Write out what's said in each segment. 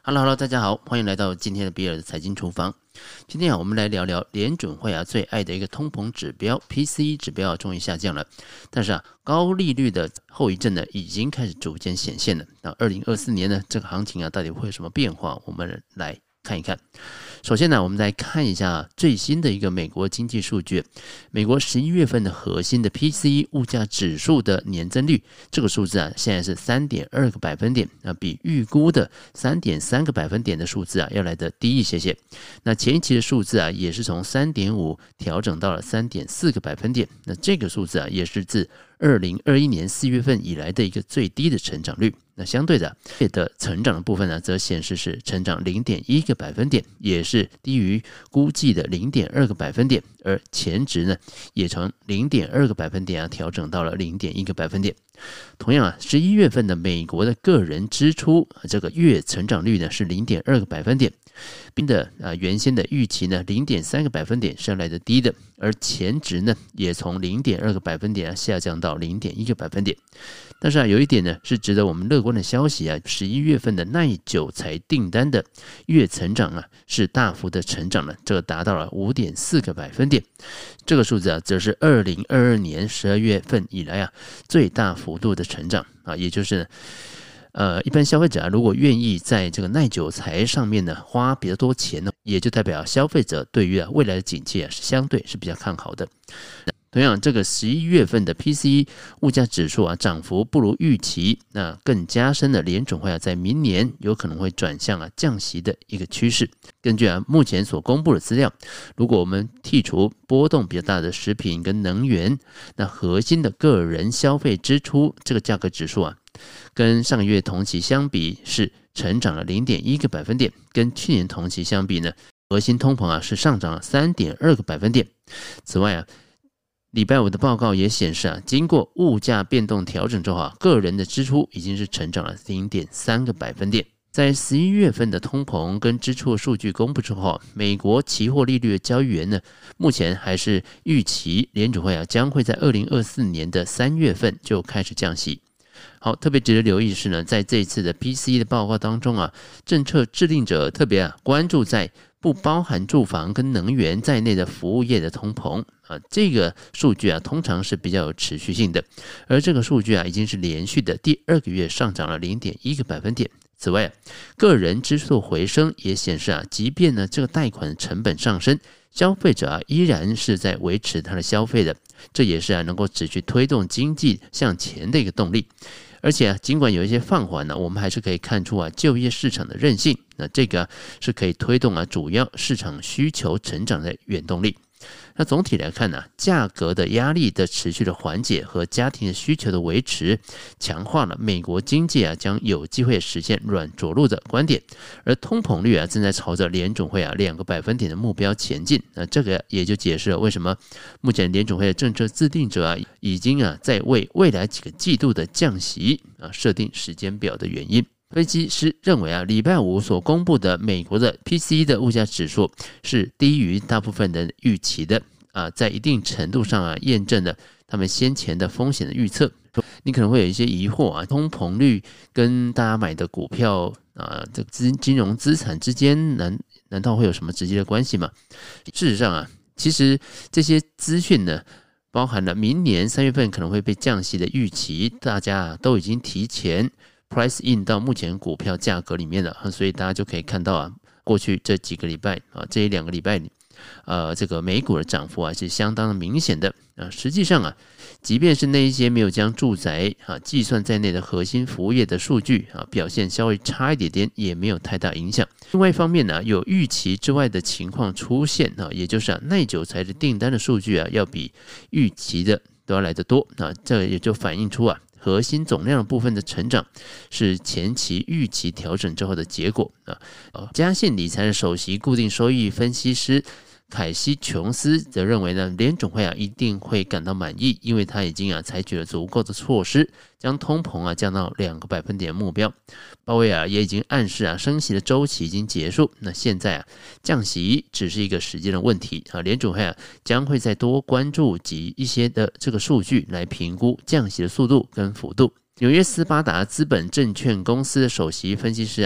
Hello， 大家好，欢迎来到今天的比尔的财经厨房。今天我们来聊聊联准会最爱的一个通膨指标 PCE 指标终于下降了，但是高利率的后遗症呢已经开始逐渐显现了。那2024年呢这个行情到底会有什么变化？我们来看一看。首先呢，我们来看一下最新的一个美国经济数据，美国11月份的核心的 PCE 物价指数的年增率，这个数字现在是 3.2 个百分点，比预估的 3.3 个百分点的数字要来得低一些些。那前一期的数字也是从 3.5 调整到了 3.4 个百分点，那这个数字也是自2021年4月份以来的一个最低的成长率。那相对的成长的部分呢，则显示是成长 0.1 个百分点，也是低于估计的 0.2 个百分点，而前值呢也从 0.2 个百分点调整到了 0.1 个百分点。同样11月份的美国的个人支出这个月成长率呢是 0.2 个百分点，并的原先的预期呢 0.3 个百分点是来得低的，而前值呢也从 0.2 个百分点下降到 0.1 个百分点。但是有一点呢是值得我们乐观的消息11月份的耐久材订单的月成长是大幅的成长了，这个达到了 5.4 个百分点。这个数字则是2022年12月份以来最大幅度的成长也就是一般消费者如果愿意在这个耐久材上面呢花比较多钱呢，也就代表消费者对于未来的景气是相对是比较看好的。同样，这个11月份的 PCE 物价指数涨幅不如预期，那更加深了联准会在明年有可能会转向降息的一个趋势。根据目前所公布的资料，如果我们剔除波动比较大的食品跟能源，那核心的个人消费支出这个价格指数跟上个月同期相比是成长了 0.1 个百分点，跟去年同期相比呢，核心通膨是上涨了 3.2 个百分点。此外礼拜五的报告也显示经过物价变动调整之后个人的支出已经是成长了 0.3 个百分点。在11月份的通膨跟支出的数据公布之后，美国期货利率的交易员呢，目前还是预期联准会将会在2024年的3月份就开始降息。好，特别值得留意的是呢，在这一次的 PCE 的报告当中政策制定者特别关注在不包含住房跟能源在内的服务业的通膨这个数据通常是比较有持续性的，而这个数据已经是连续的第2个月上涨了 0.1 个百分点。此外个人支出回升也显示即便呢这个贷款成本上升，消费者依然是在维持他的消费的，这也是能够持续推动经济向前的一个动力。而且尽管有一些放缓我们还是可以看出就业市场的韧性，那这个是可以推动主要市场需求成长的原动力。那总体来看价格的压力的持续的缓解和家庭的需求的维持，强化了美国经济将有机会实现软着陆的观点，而通膨率正在朝着联准会2个百分点的目标前进。那这个也就解释了为什么目前联准会的政策制定者已经在为未来几个季度的降息设定时间表的原因。分析师认为礼拜五所公布的美国的 PCE 的物价指数是低于大部分的预期的在一定程度上验证了他们先前的风险的预测。你可能会有一些疑惑通膨率跟大家买的股票这金融资产之间难道会有什么直接的关系吗？事实上其实这些资讯呢包含了明年3月份可能会被降息的预期，大家都已经提前price in 到目前股票价格里面了，所以大家就可以看到过去这几个礼拜这1-2个礼拜这个美股的涨幅是相当的明显的实际上即便是那一些没有将住宅计算在内的核心服务业的数据表现稍微差一点点，也没有太大影响。另外一方面有预期之外的情况出现也就是耐久材的订单的数据要比预期的都要来得多这也就反映出核心总量的部分的成长是前期预期调整之后的结果嘉信理财的首席固定收益分析师凯西琼斯则认为呢，联准会一定会感到满意，因为他已经采取了足够的措施，将通膨降到2个百分点的目标。鲍威尔也已经暗示升息的周期已经结束，那现在降息只是一个时间的问题联准会将会再多关注及一些的这个数据来评估降息的速度跟幅度。纽约斯巴达资本证券公司的首席分析师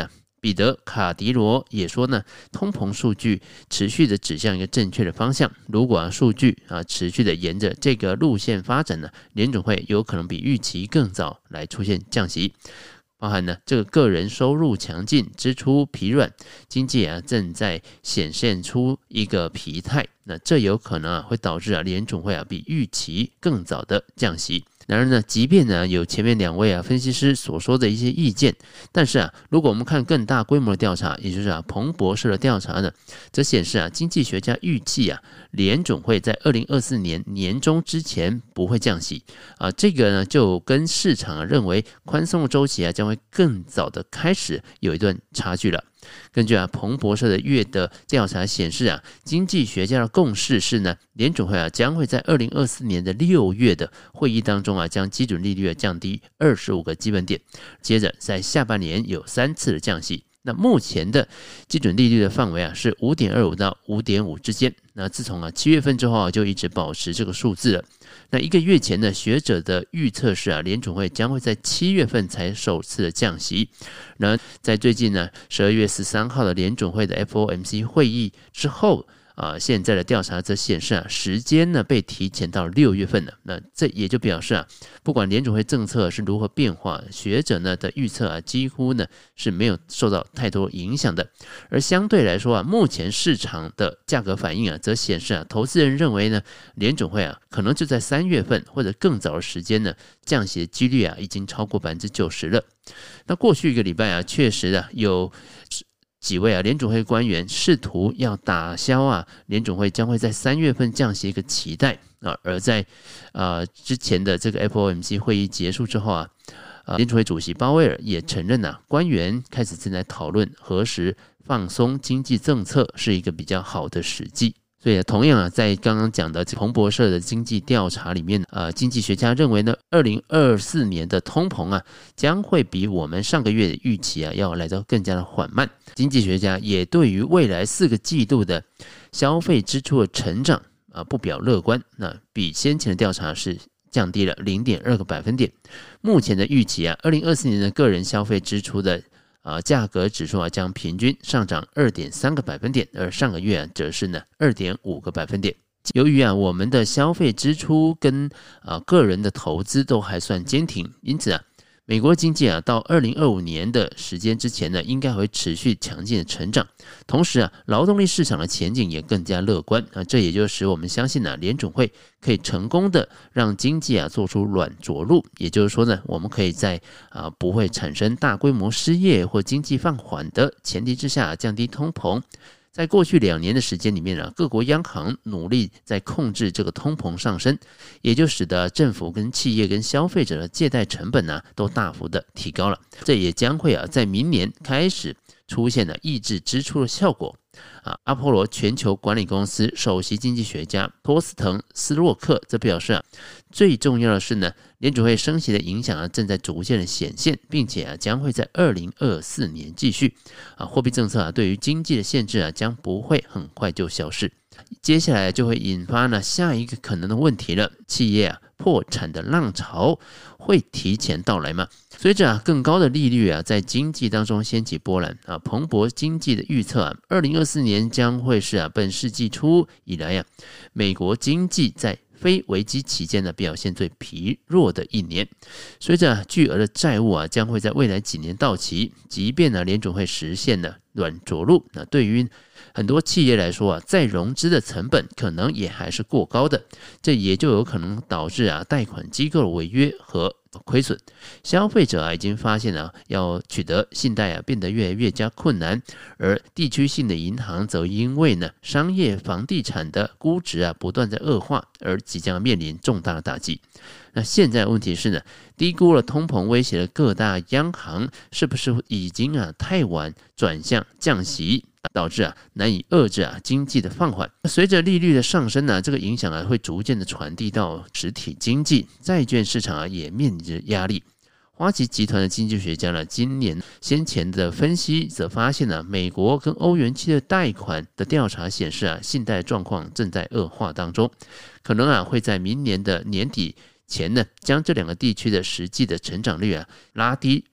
彼得·卡迪罗也说呢，通膨数据持续的指向一个正确的方向。如果数据持续的沿着这个路线发展呢，联准会有可能比预期更早来出现降息。包含呢，这个个人收入强劲，支出疲软，经济正在显现出一个疲态。那这有可能会导致联准会比预期更早的降息。然而呢，即便有前面两位分析师所说的一些意见，但是如果我们看更大规模的调查，也就是彭博社的调查呢，则显示经济学家预计联准会在2024年年中之前不会降息这个呢就跟市场认为宽松的周期将会更早的开始有一段差距了。根据彭博社的月的调查显示经济学家的共识是呢，联准会将会在2024年的6月的会议当中将基准利率降低25个基本点，接着在下半年有3次的降息。那目前的基准利率的范围是 5.25 到 5.5 之间。那自从7月份之后就一直保持这个数字了。那1个月前的学者的预测是联准会将会在7月份才首次的降息。然而在最近12月13号的联准会的 FOMC 会议之后现在的调查则显示时间呢被提前到6月份了。那这也就表示不管联准会政策是如何变化，学者呢的预测几乎呢是没有受到太多影响的。而相对来说目前市场的价格反应则显示投资人认为呢，联准会可能就在3月份或者更早的时间呢，降息的几率已经超过 90% 了。那过去1个礼拜确实有几位联准会官员试图要打消联准会将会在3月份降息一个期待而在之前的这个 FOMC 会议结束之后联准会主席鲍威尔也承认官员开始正在讨论何时放松经济政策是一个比较好的时机。所以同样在刚刚讲的彭博社的经济调查里面经济学家认为呢，2024年的通膨将会比我们上个月的预期要来得更加的缓慢。经济学家也对于未来4个季度的消费支出的成长不表乐观，那比先前的调查是降低了 0.2 个百分点。目前的预期2024年的个人消费支出的价格指数将平均上涨 2.3 个百分点，而上个月则是呢 2.5 个百分点。由于我们的消费支出跟个人的投资都还算坚挺，因此美国经济到2025年的时间之前呢，应该会持续强劲的成长。同时劳动力市场的前景也更加乐观这也就使我们相信联准会可以成功的让经济做出软着陆。也就是说呢，我们可以在不会产生大规模失业或经济放缓的前提之下降低通膨。在过去2年的时间里面各国央行努力在控制这个通膨上升，也就使得政府跟企业跟消费者的借贷成本都大幅的提高了。这也将会在明年开始出现了抑制支出的效果。阿波罗全球管理公司首席经济学家托斯滕斯洛克则表示最重要的是呢，联准会升息的影响正在逐渐的显现，并且将会在2024年继续货币政策对于经济的限制将不会很快就消失。接下来就会引发下一个可能的问题了，企业破产的浪潮会提前到来吗？随着更高的利率在经济当中掀起波澜彭博经济的预测2024年将会是本世纪初以来美国经济在非危机期间表现最疲弱的一年。随着巨额的债务将会在未来几年到期，即便联准会实现了软着陆，那对于很多企业来说再融资的成本可能也还是过高的，这也就有可能导致贷款机构的违约和亏损。消费者已经发现要取得信贷变得越来越加困难，而地区性的银行则因为商业房地产的估值不断在恶化，而即将面临重大的打击。那现在的问题是低估了通膨威胁的各大央行是不是已经太晚转向降息，导致难以遏制经济的放缓。随着利率的上升这个影响会逐渐的传递到实体经济，债券市场也面临着压力。花旗集团的经济学家今年先前的分析则发现美国跟欧元区的贷款的调查显示信贷状况正在恶化当中，可能会在明年的年底前将这2个地区的实际的成长率拉低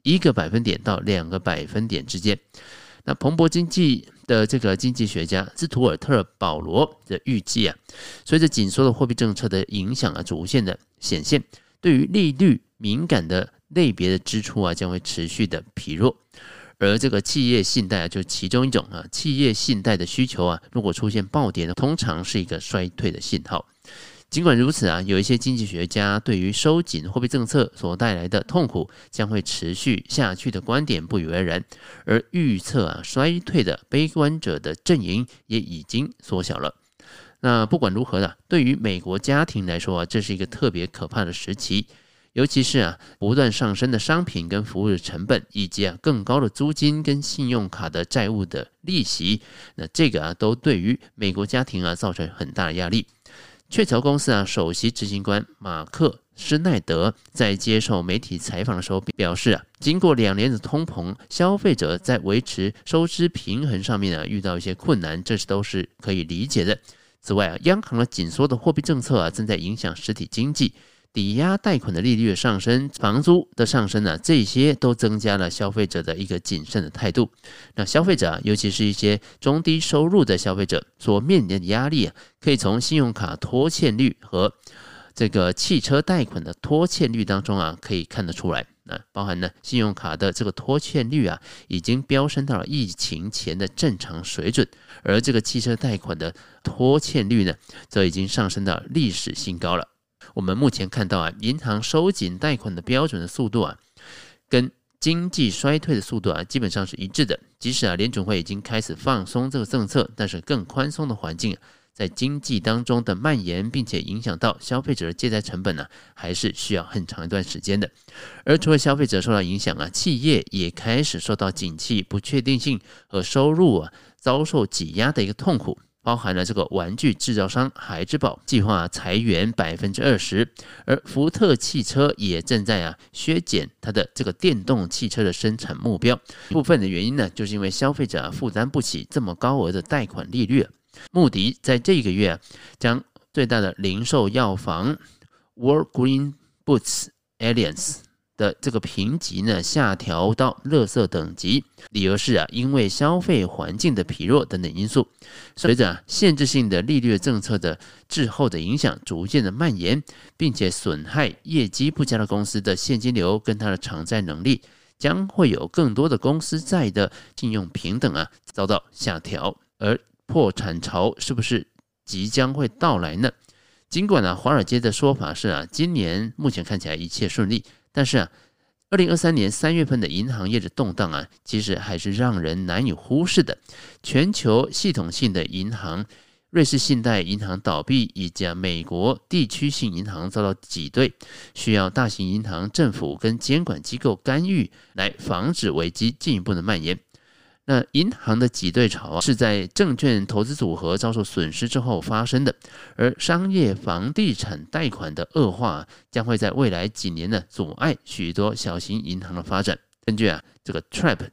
1个百分点到2个百分点之间。那彭博经济的这个经济学家斯图尔特·保罗的预计随着紧缩的货币政策的影响逐渐的显现，对于利率敏感的类别的支出将会持续的疲弱。而这个企业信贷就其中一种企业信贷的需求如果出现暴跌呢，通常是一个衰退的信号。尽管如此有一些经济学家对于收紧货币政策所带来的痛苦将会持续下去的观点不以为然，而预测衰退的悲观者的阵营也已经缩小了。那不管如何对于美国家庭来说这是一个特别可怕的时期，尤其是不断上升的商品跟服务的成本，以及更高的租金跟信用卡的债务的利息，那这个都对于美国家庭造成很大的压力。雀巢公司首席执行官马克施奈德在接受媒体采访的时候表示经过2年的通膨，消费者在维持收支平衡上面遇到一些困难，这都是可以理解的。此外央行的紧缩的货币政策正在影响实体经济，抵押贷款的利率的上升，房租的上升这些都增加了消费者的一个谨慎的态度。那消费者尤其是一些中低收入的消费者所面临的压力可以从信用卡拖欠率和这个汽车贷款的拖欠率当中可以看得出来。包含呢信用卡的这个拖欠率已经飙升到了疫情前的正常水准，而这个汽车贷款的拖欠率呢则已经上升到历史新高了。我们目前看到银行收紧贷款的标准的速度跟经济衰退的速度基本上是一致的。即使联准会已经开始放松这个政策，但是更宽松的环境在经济当中的蔓延，并且影响到消费者的借贷成本还是需要很长一段时间的。而除了消费者受到影响企业也开始受到景气不确定性和收入遭受挤压的一个痛苦。包含了这个玩具制造商孩之宝计划裁员 20%， 而福特汽车也正在削减它的这个电动汽车的生产目标。部分的原因呢，就是因为消费者负担不起这么高额的贷款利率。穆迪在这个月将最大的零售药房 Walgreens Boots Alliance的这个评级呢下调到垃圾等级，理由是因为消费环境的疲弱等等因素。随着限制性的利率政策的滞后的影响逐渐的蔓延，并且损害业绩不佳的公司的现金流跟它的偿债能力，将会有更多的公司债的信用评等遭到下调。而破产潮是不是即将会到来呢？尽管华尔街的说法是今年目前看起来一切顺利，但是2023年3月份的银行业的动荡其实还是让人难以忽视的。全球系统性的银行，瑞士信贷银行倒闭，以及美国地区性银行遭到挤兑，需要大型银行、政府跟监管机构干预来防止危机进一步的蔓延。那银行的挤兑潮是在证券投资组合遭受损失之后发生的，而商业房地产贷款的恶化将会在未来几年阻碍许多小型银行的发展。根据这个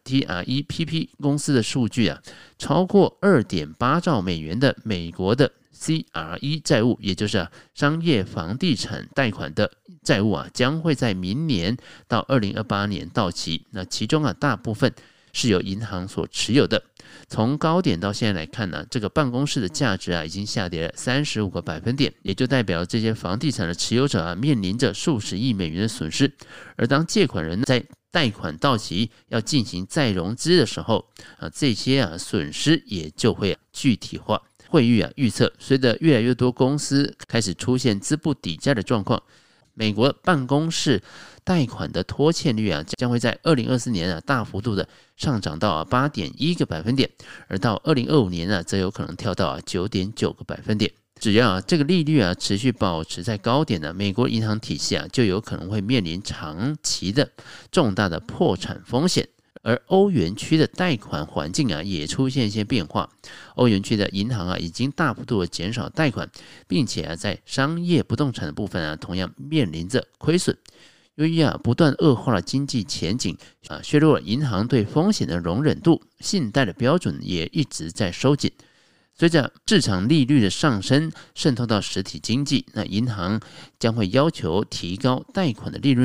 TREP 公司的数据超过 2.8 兆美元的美国的 CRE 债务，也就是商业房地产贷款的债务将会在明年到2028年到期。那其中大部分是由银行所持有的。从高点到现在来看这个办公室的价值已经下跌了35个百分点，也就代表这些房地产的持有者面临着数十亿美元的损失。而当借款人在贷款到期要进行再融资的时候这些损失也就会具体化。惠誉预测，随着越来越多公司开始出现资不抵债的状况，美国办公室贷款的拖欠率将会在2024年大幅度的上涨到 8.1 个百分点，而到2025年则有可能跳到 9.9 个百分点。只要这个利率持续保持在高点美国银行体系就有可能会面临长期的重大的破产风险。而欧元区的贷款环境也出现一些变化，欧元区的银行已经大幅度的减少贷款，并且在商业不动产的部分同样面临着亏损。由于不断恶化的经济前景削弱了银行对风险的容忍度，信贷的标准也一直在收紧。随着市场利率的上升渗透到实体经济，那银行将会要求提高贷款的利润率，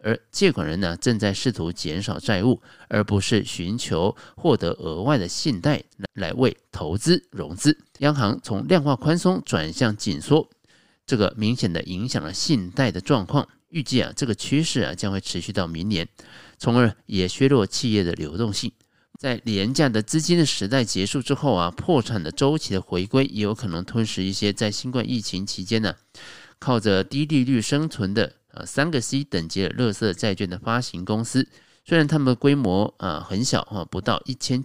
而借款人呢正在试图减少债务，而不是寻求获得额外的信贷来为投资融资。央行从量化宽松转向紧缩，这个明显的影响了信贷的状况。预计这个趋势将会持续到明年，从而也削弱企业的流动性。在廉价的资金的时代结束之后破产的周期的回归也有可能吞噬一些在新冠疫情期间靠着低利率生存的3个 C 等级的垃圾债券的发行公司。虽然他们的规模很小不到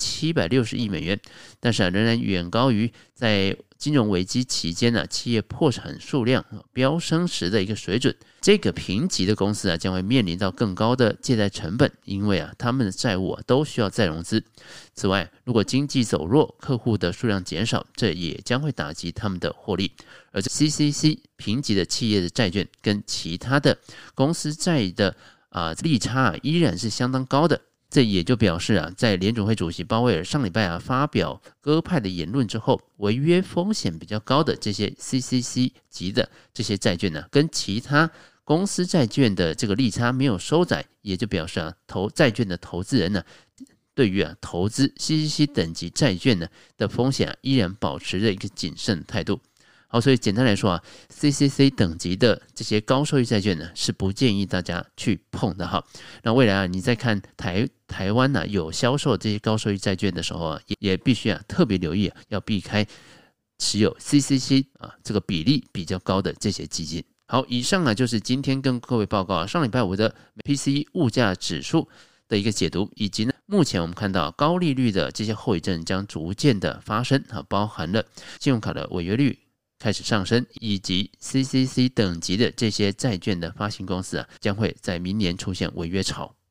1760亿美元，但是仍然远高于在金融危机期间企业破产数量飙升时的一个水准。这个评级的公司将会面临到更高的借贷成本，因为他们的债务都需要再融资。此外，如果经济走弱，客户的数量减少，这也将会打击他们的获利。而 CCC 评级的企业的债券跟其他的公司债的利差依然是相当高的。这也就表示在联准会主席鲍威尔上礼拜发表鸽派的言论之后，违约风险比较高的这些 CCC 级的这些债券跟其他公司债券的这个利差没有收窄，也就表示债券的投资人对于投资 CCC 等级债券的风险依然保持着一个谨慎态度。好，所以简单来说CCC 等级的这些高收益债券是不建议大家去碰的。那未来你在看台湾有销售这些高收益债券的时候也必须特别留意要避开持有 CCC 这个比例比较高的这些基金。好，以上就是今天跟各位报告上礼拜五的 PCE 物价指数的一个解读，以及目前我们看到高利率的这些后遗症将逐渐的发生包含了信用卡的违约率开始上升，以及 CCC 等级的这些债券的发行公司将会在明年出现违约潮。